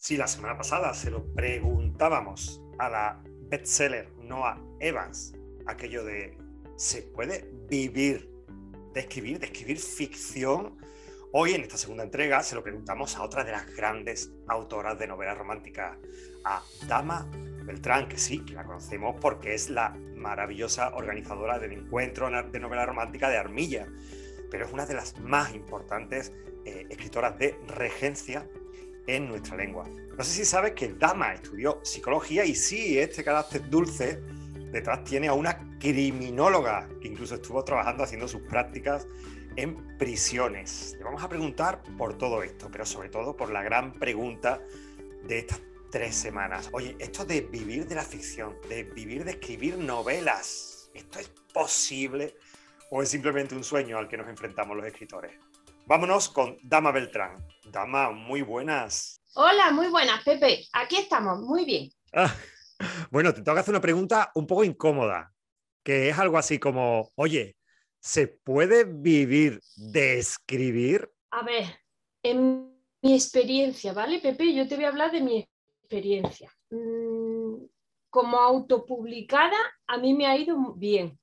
Si la semana pasada se lo preguntábamos a la bestseller Noah Evans, aquello de ¿se puede vivir de escribir ficción? Hoy en esta segunda entrega se lo preguntamos a otra de las grandes autoras de novela romántica, a Dama Beltrán, que sí, que la conocemos porque es la maravillosa organizadora del encuentro de novela romántica de Armilla, pero es una de las más importantes escritoras de regencia en nuestra lengua. No sé si sabes que Dama estudió psicología y sí, este carácter dulce detrás tiene a una criminóloga que incluso estuvo trabajando haciendo sus prácticas en prisiones. Le vamos a preguntar por todo esto, pero sobre todo por la gran pregunta de estas 3 semanas. Oye, esto de vivir de la ficción, de vivir de escribir novelas, ¿esto es posible o es simplemente un sueño al que nos enfrentamos los escritores? Vámonos con Dama Beltrán. Dama, muy buenas. Hola, muy buenas, Pepe. Aquí estamos, muy bien. Bueno, te tengo que hacer una pregunta un poco incómoda, que es algo así como, oye, ¿se puede vivir de escribir? A ver, en mi experiencia, ¿vale, Pepe? Yo te voy a hablar de mi experiencia. Como autopublicada, a mí me ha ido bien.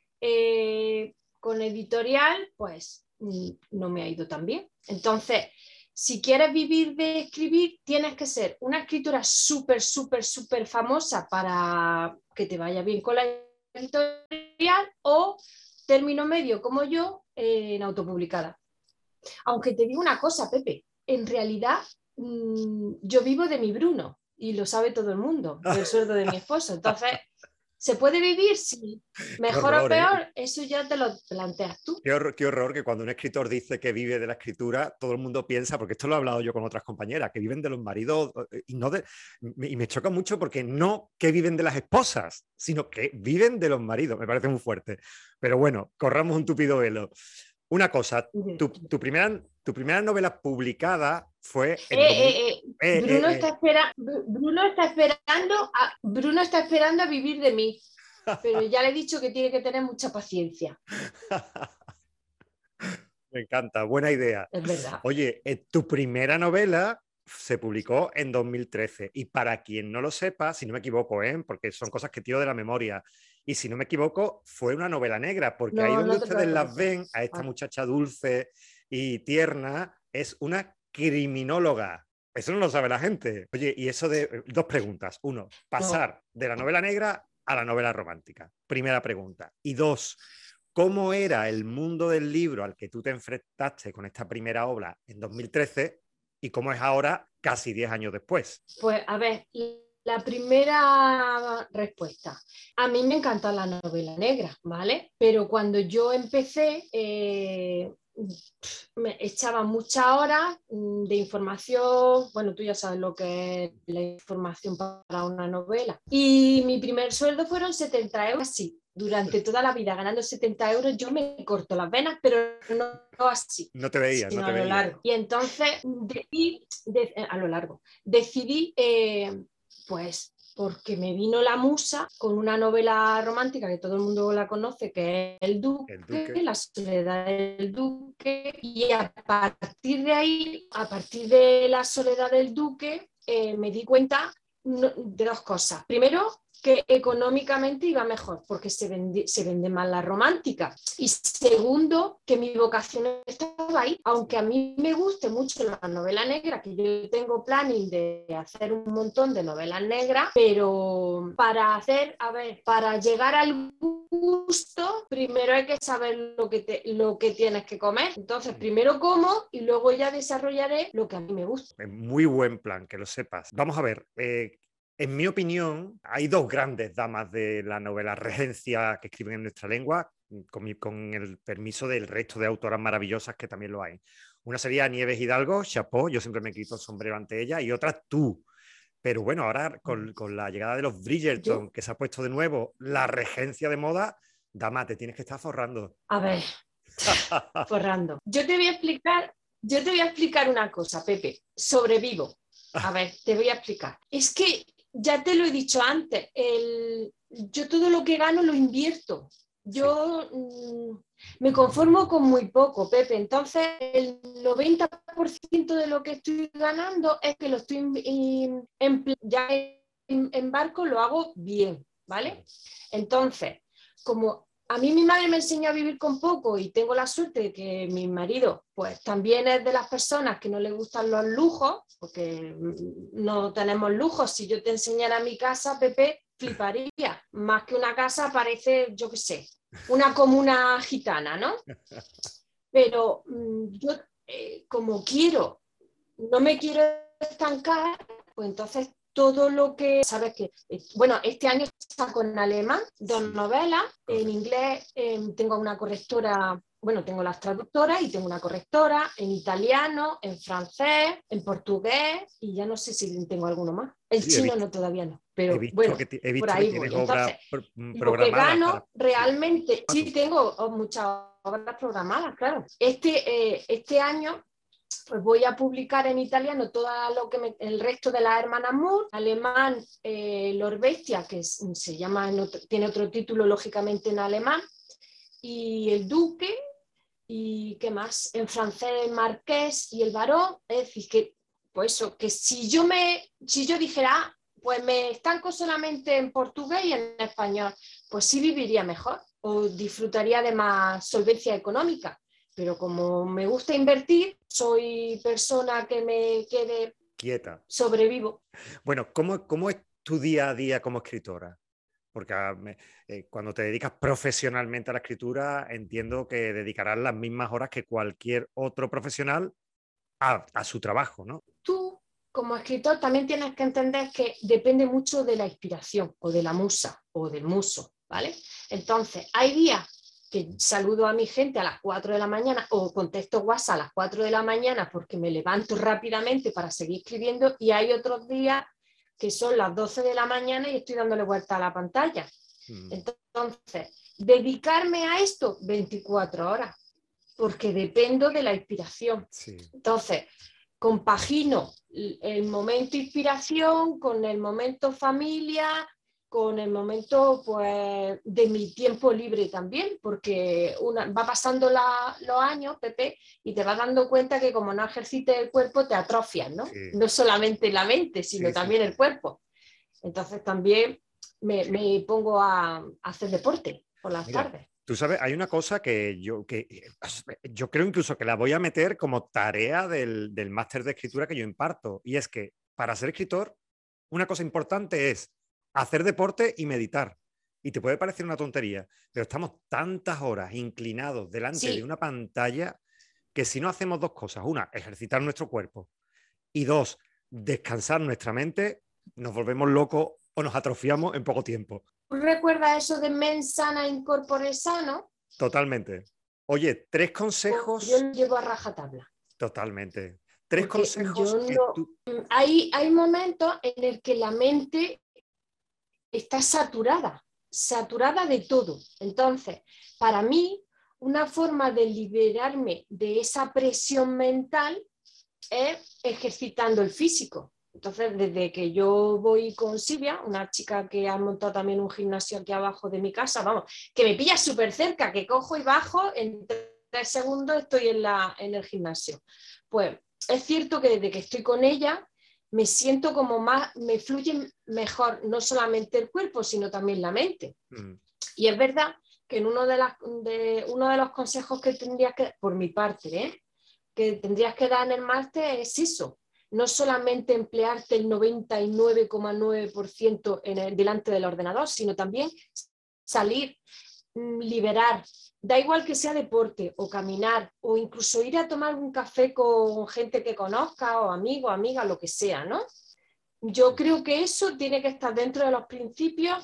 Con editorial, pues no me ha ido tan bien. Entonces, si quieres vivir de escribir, tienes que ser una escritora súper, súper, súper famosa para que te vaya bien con la editorial o término medio como yo en autopublicada. Aunque te digo una cosa, Pepe, en realidad yo vivo de mi Bruno y lo sabe todo el mundo, del sueldo de mi esposo. Entonces, ¿se puede vivir? Sí. Qué Mejor o horror, ¿eh? peor, eso ya te lo planteas tú. Qué horror que cuando un escritor dice que vive de la escritura, todo el mundo piensa, porque esto lo he hablado yo con otras compañeras, que viven de los maridos y no de... Y me choca mucho porque no que viven de las esposas, sino que viven de los maridos. Me parece muy fuerte. Pero bueno, corramos un tupido velo. Una cosa, tu primera novela publicada fue en 2000... Bruno está esperando a vivir de mí, pero ya le he dicho que tiene que tener mucha paciencia. Me encanta, buena idea. Es verdad. Oye, tu primera novela se publicó en 2013 y para quien no lo sepa, si no me equivoco, porque son cosas que tiro de la memoria, y si no me equivoco, fue una novela negra, porque ahí No, donde no te ustedes las preocupes. ven, a esta muchacha dulce y tierna, es una criminóloga. Eso no lo sabe la gente. Oye, y eso de... Dos preguntas. Uno, No. pasar de la novela negra a la novela romántica. Primera pregunta. Y dos, ¿cómo era el mundo del libro al que tú te enfrentaste con esta primera obra en 2013 y cómo es ahora casi 10 años después? Pues a ver, la primera respuesta. A mí me encanta la novela negra, ¿vale? Pero cuando yo empecé, me echaba muchas horas de información. Bueno, tú ya sabes lo que es la información para una novela. Y mi primer sueldo fueron 70 euros, así. Durante toda la vida ganando 70 euros, yo me corto las venas, pero no así, No te veía, no sino te a lo veía. largo. Y entonces a lo largo, decidí, pues, porque me vino la musa con una novela romántica que todo el mundo la conoce, que es El Duque. La soledad del Duque, y a partir de ahí, a partir de la soledad del Duque, me di cuenta de dos cosas. Primero, que económicamente iba mejor porque se vende más la romántica. Y segundo, que mi vocación estaba ahí. Aunque a mí me guste mucho la novela negra, que yo tengo planning de hacer un montón de novelas negras, pero para llegar al gusto, primero hay que saber lo que tienes que comer. Entonces, primero como y luego ya desarrollaré lo que a mí me gusta. Muy buen plan, que lo sepas. Vamos a ver, en mi opinión, hay dos grandes damas de la novela regencia que escriben en nuestra lengua, con el permiso del resto de autoras maravillosas que también lo hay. Una sería Nieves Hidalgo, chapeau, yo siempre me quito el sombrero ante ella, y otra tú. Pero bueno, ahora con la llegada de los Bridgerton, Yo, que se ha puesto de nuevo la regencia de moda, dama, te tienes que estar forrando. a ver, forrando. Yo te voy a explicar una cosa, Pepe. Sobrevivo. A ver, te voy a explicar. Es que ya te lo he dicho antes, yo todo lo que gano lo invierto. yo me conformo con muy poco, Pepe. Entonces, el 90% de lo que estoy ganando es que lo estoy ya en barco, lo hago bien, ¿vale? Entonces, como a mí mi madre me enseñó a vivir con poco y tengo la suerte de que mi marido pues también es de las personas que no le gustan los lujos, porque no tenemos lujos. Si yo te enseñara mi casa, Pepe, fliparía. Más que una casa parece, yo qué sé, una comuna gitana, ¿no? Pero yo como quiero, no me quiero estancar, pues entonces todo lo que, sabes que, bueno, este año saco en alemán 2 novelas, en inglés tengo una correctora, bueno, tengo las traductoras y tengo una correctora, en italiano, en francés, en portugués y ya no sé si tengo alguno más. El Sí, chino no, todavía no, pero bueno, he por visto que ahí tienes voy. obras Entonces, lo que programadas gano para... realmente, Sí. sí tengo muchas obras programadas, claro. Este año pues voy a publicar en italiano todo lo que el resto de las hermanas Moore, alemán Lord Bestia, que se llama, tiene otro título lógicamente en alemán, y el Duque, y qué más, en francés el Marqués y el Barón. Es decir, que pues eso, que si yo dijera, pues me estanco solamente en portugués y en español, pues sí viviría mejor o disfrutaría de más solvencia económica. Pero como me gusta invertir, soy persona que me quede Quieta. sobrevivo. Bueno, ¿cómo es tu día a día como escritora? Porque cuando te dedicas profesionalmente a la escritura, entiendo que dedicarás las mismas horas que cualquier otro profesional a su trabajo, ¿no? Tú, como escritor, también tienes que entender que depende mucho de la inspiración o de la musa o del muso, ¿vale? Entonces, hay días que saludo a mi gente a las 4 de la mañana o contesto WhatsApp a las 4 de la mañana porque me levanto rápidamente para seguir escribiendo, y hay otros días que son las 12 de la mañana y estoy dándole vuelta a la pantalla. Entonces, dedicarme a esto 24 horas, porque dependo de la inspiración. Sí. Entonces, compagino el momento inspiración con el momento familia, con el momento pues, de mi tiempo libre también, porque va pasando los años, Pepe, y te vas dando cuenta que como no ejercites el cuerpo te atrofias, ¿no? Sí. No solamente la mente, sino Sí, también sí. el cuerpo. Entonces también me pongo a hacer deporte por las Mira, tardes. tú sabes, hay una cosa que yo creo incluso que la voy a meter como tarea del máster de escritura que yo imparto, y es que para ser escritor, una cosa importante es hacer deporte y meditar. Y te puede parecer una tontería, pero estamos tantas horas inclinados delante de Sí, una pantalla que si no hacemos dos cosas, una, ejercitar nuestro cuerpo, y dos, descansar nuestra mente, nos volvemos locos o nos atrofiamos en poco tiempo. ¿recuerda eso de mens sana in corpore sano? Totalmente. Oye, tres Pues yo consejos, lo llevo a rajatabla, totalmente. Tres porque consejos yo que no... tú... Hay momentos en el que la mente está saturada de todo. Entonces, para mí, una forma de liberarme de esa presión mental es ejercitando el físico. Entonces, desde que yo voy con Silvia, una chica que ha montado también un gimnasio aquí abajo de mi casa, vamos, que me pilla súper cerca, que cojo y bajo, en 3 segundos estoy en el gimnasio. Pues es cierto que desde que estoy con ella me siento como más, me fluye mejor, no solamente el cuerpo, sino también la mente. Y es verdad que en uno de los consejos que tendría que, por mi parte, que tendrías que dar en el máster es eso, no solamente emplearte el 99,9% delante del ordenador, sino también salir, liberar. Da igual que sea deporte o caminar o incluso ir a tomar un café con gente que conozca o amigo, amiga, lo que sea, ¿no? Yo creo que eso tiene que estar dentro de los principios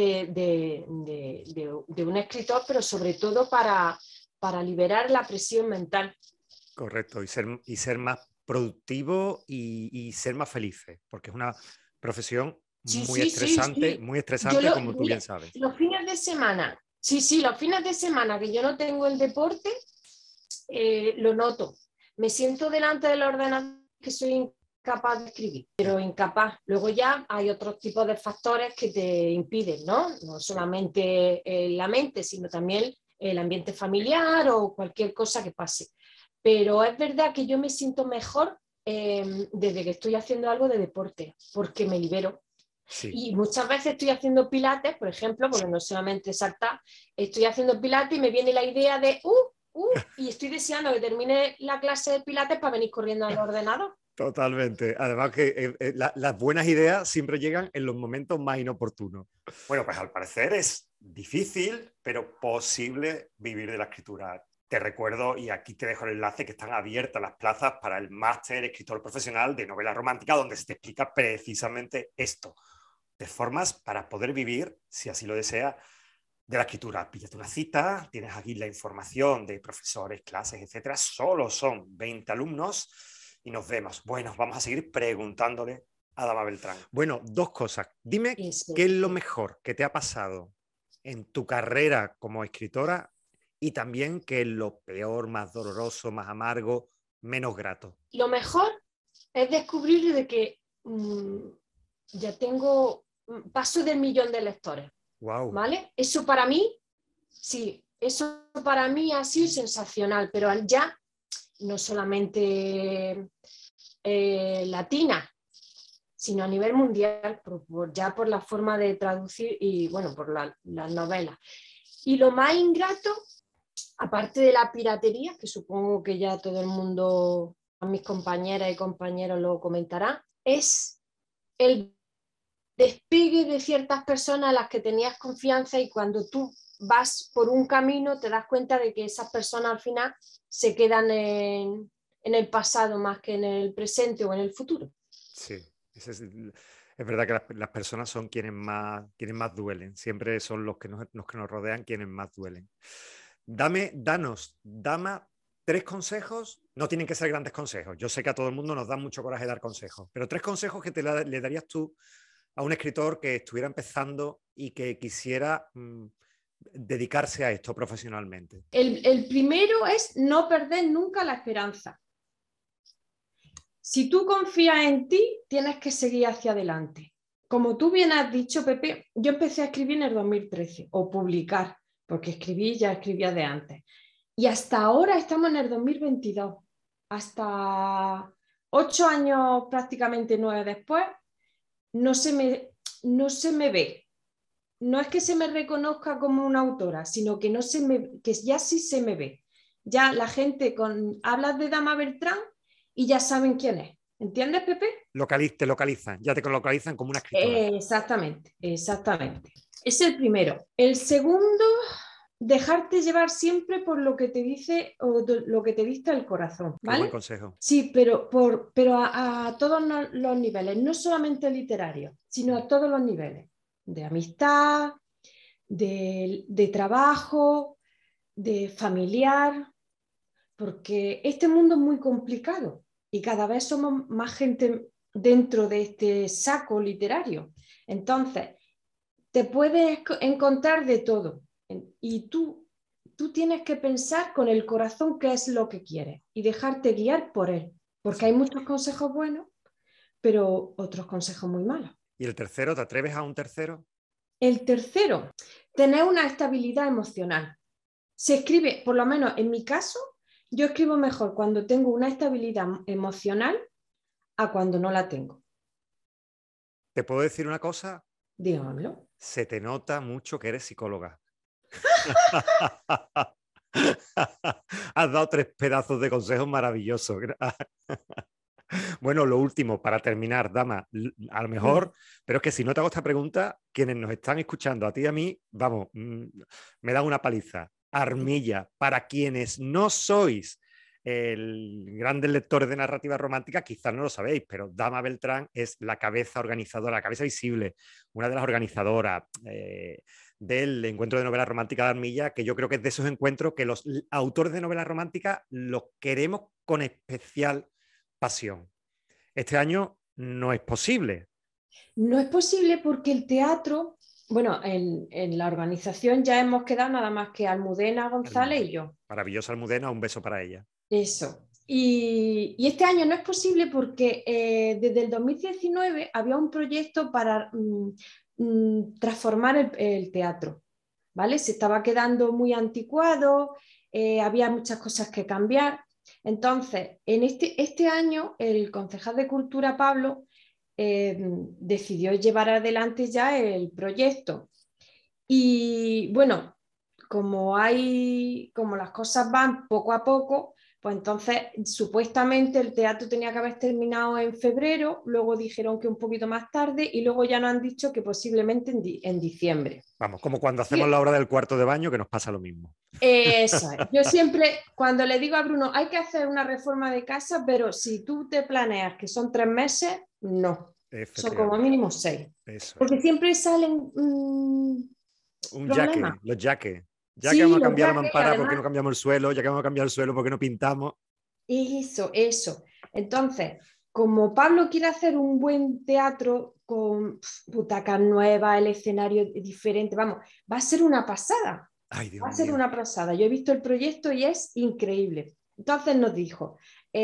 de un escritor, pero sobre todo para liberar la presión mental. Correcto, y ser más productivo y ser más felices, porque es una profesión Sí, sí, sí, sí. muy estresante, como tú Mira, bien sabes. los fines de semana, sí, los fines de semana que yo no tengo el deporte, lo noto. Me siento delante del ordenador, que soy capaz de escribir, pero incapaz. Luego ya hay otros tipos de factores que te impiden, ¿no? No solamente la mente, sino también el ambiente familiar o cualquier cosa que pase. Pero es verdad que yo me siento mejor desde que estoy haciendo algo de deporte, porque me libero. Sí. Y muchas veces estoy haciendo pilates, por ejemplo, porque no solamente saltar, estoy haciendo pilates y me viene la idea de y estoy deseando que termine la clase de pilates para venir corriendo al ordenador. Totalmente. Además que las buenas ideas siempre llegan en los momentos más inoportunos. Bueno, pues al parecer es difícil, pero posible vivir de la escritura. Te recuerdo, y aquí te dejo el enlace, que están abiertas las plazas para el máster escritor profesional de novela romántica, donde se te explica precisamente esto. De formas para poder vivir, si así lo desea, de la escritura. Píllate una cita, tienes aquí la información de profesores, clases, etcétera. Solo son 20 alumnos y nos vemos. Bueno, vamos a seguir preguntándole a Dama Beltrán. Bueno, dos cosas. Dime qué es lo mejor que te ha pasado en tu carrera como escritora y también qué es lo peor, más doloroso, más amargo, menos grato. Lo mejor es descubrir de que ya tengo, paso del 1.000.000 de lectores. Wow. ¿Vale? Eso para mí, sí, eso para mí ha sido sensacional, pero ya no solamente latina, sino a nivel mundial, ya por la forma de traducir y bueno, por las novelas. Y lo más ingrato, aparte de la piratería, que supongo que ya todo el mundo, mis compañeras y compañeros lo comentarán, es el despegue de ciertas personas a las que tenías confianza y cuando tú vas por un camino te das cuenta de que esas personas al final se quedan en el pasado más que en el presente o en el futuro. Sí, es verdad que las personas son quienes más duelen, siempre son los que nos rodean quienes más duelen. Dama, 3 consejos, no tienen que ser grandes consejos, yo sé que a todo el mundo nos da mucho coraje dar consejos, pero 3 consejos que le darías tú a un escritor que estuviera empezando y que quisiera dedicarse a esto profesionalmente. El primero es no perder nunca la esperanza. Si tú confías en ti, tienes que seguir hacia adelante. Como tú bien has dicho, Pepe, yo empecé a escribir en el 2013, o publicar, porque ya escribía de antes. Y hasta ahora estamos en el 2022. Hasta 8 años, prácticamente 9 después, no se me ve. No es que se me reconozca como una autora, sino que, que ya sí se me ve. Ya la gente hablas de Dama Beltrán y ya saben quién es. ¿Entiendes, Pepe? Te localizan, ya te localizan como una escritora. Exactamente. Es el primero. El segundo, dejarte llevar siempre por lo que te dice o lo que te dicta el corazón. ¿Vale? Qué buen consejo. Sí, pero a todos los niveles, no solamente literario, sino a todos los niveles. De amistad, de trabajo, de familiar, porque este mundo es muy complicado y cada vez somos más gente dentro de este saco literario. Entonces, te puedes encontrar de todo y tú tienes que pensar con el corazón qué es lo que quieres y dejarte guiar por él, porque hay muchos consejos buenos, pero otros consejos muy malos. ¿Y el tercero? ¿Te atreves a un tercero? El tercero, tener una estabilidad emocional. Se escribe, por lo menos en mi caso, yo escribo mejor cuando tengo una estabilidad emocional a cuando no la tengo. ¿Te puedo decir una cosa? Dígamelo. Se te nota mucho que eres psicóloga. Has dado 3 pedazos de consejos maravillosos. Bueno, lo último, para terminar, Dama, a lo mejor, pero es que si no te hago esta pregunta, quienes nos están escuchando, a ti y a mí, vamos, me dan una paliza. Armilla, para quienes no sois grandes lectores de narrativa romántica, quizás no lo sabéis, pero Dama Beltrán es la cabeza organizadora, la cabeza visible, una de las organizadoras del encuentro de novela romántica de Armilla, que yo creo que es de esos encuentros que los autores de novela romántica los queremos con especial pasión. Este año no es posible. No es posible porque el teatro, bueno, en la organización ya hemos quedado nada más que Almudena González y yo. Maravillosa Almudena, un beso para ella. Eso. Y este año no es posible porque desde el 2019 había un proyecto para transformar el teatro, ¿vale? Se estaba quedando muy anticuado, había muchas cosas que cambiar. Entonces, en este año, el concejal de Cultura, Pablo, decidió llevar adelante ya el proyecto. Y bueno, como las cosas van poco a poco, pues entonces supuestamente el teatro tenía que haber terminado en febrero, luego dijeron que un poquito más tarde y luego ya nos han dicho que posiblemente en diciembre. Vamos, como cuando hacemos Y la obra del cuarto de baño, que nos pasa lo mismo. eso es. Yo siempre, cuando le digo a Bruno, hay que hacer una reforma de casa, pero si tú te planeas que son 3 meses, no. Son como Efectivamente. mínimo 6. Eso es. Porque siempre salen Un problemas. yaque, los yaques. Ya que Sí, vamos a los cambiar la jaques, y mampara, ¿por qué además no cambiamos el suelo? Ya que vamos a cambiar el suelo, ¿por qué no pintamos? eso. Entonces, como Pablo quiere hacer un buen teatro con butacas nuevas, el escenario diferente, vamos, va a ser una pasada. Ay, Dios Va a ser mío. una pasada. Yo he visto el proyecto y es increíble. Entonces nos dijo,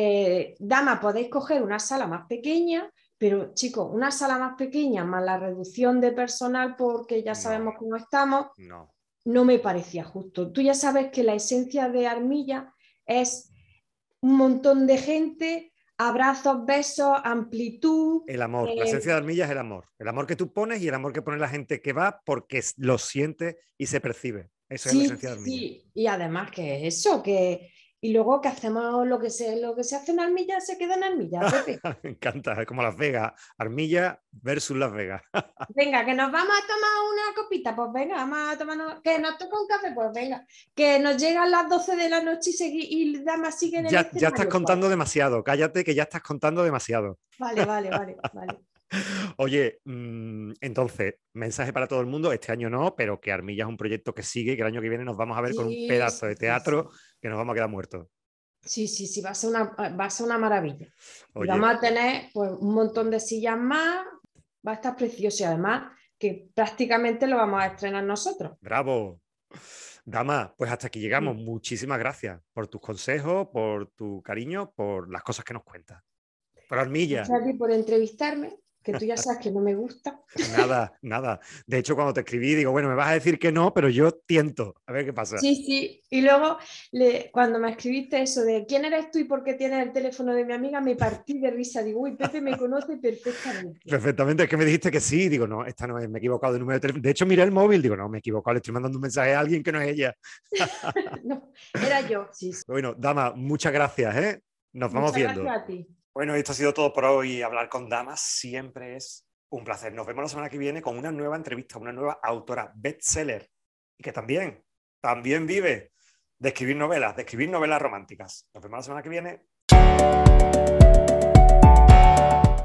Dama, podéis coger una sala más pequeña, pero chicos, una sala más pequeña más la reducción de personal porque ya No, sabemos cómo estamos, no. no me parecía justo. Tú ya sabes que la esencia de Armilla es un montón de gente, abrazos, besos, amplitud. El amor. La esencia de Armilla es el amor. El amor que tú pones y el amor que pone la gente que va porque lo siente y se percibe. Eso es la Sí, esencia de Armilla. sí, y además que eso, y luego que hacemos lo que se hace en Armilla se queda en Armilla, Pepe. Me encanta. Es como Las Vegas. Armilla versus Las Vegas. Venga, que nos vamos a tomar una copita, pues venga, vamos a tomarnos, que nos toca un café, pues venga, que nos llegan las 12 de la noche y Damas sigue en el Ya estás escenario, pues contando demasiado. Cállate que ya estás contando demasiado. vale. Oye, entonces, mensaje para todo el mundo, este año no, pero que Armilla es un proyecto que sigue y que el año que viene nos vamos a ver con un Sí, pedazo sí, de sí, teatro sí. que nos vamos a quedar muertos. Sí, va a ser una maravilla. Y Oye, vamos a tener pues, un montón de sillas más, va a estar precioso y además que prácticamente lo vamos a estrenar nosotros. bravo. Dama, pues hasta aquí llegamos. Sí. Muchísimas gracias por tus consejos, por tu cariño, por las cosas que nos cuentas. Por Armilla. Gracias a ti por entrevistarme, que tú ya sabes que no me gusta. Nada, nada. De hecho, cuando te escribí, digo, bueno, me vas a decir que no, pero yo tiento. A ver qué pasa. Sí, sí. Y luego, cuando me escribiste eso de quién eres tú y por qué tienes el teléfono de mi amiga, me partí de risa. Digo, uy, Pepe me conoce perfectamente. Perfectamente, es que me dijiste que sí. Digo, no, esta no es, me he equivocado de número de teléfono. De hecho, miré el móvil, digo, no, me he equivocado, le estoy mandando un mensaje a alguien que no es ella. No, era yo, sí, sí. Bueno, Dama, muchas gracias, ¿eh? Nos vamos Muchas gracias viendo. a ti. Bueno, esto ha sido todo por hoy. Hablar con damas siempre es un placer. Nos vemos la semana que viene con una nueva entrevista, una nueva autora bestseller y que también vive de escribir novelas románticas. Nos vemos la semana que viene.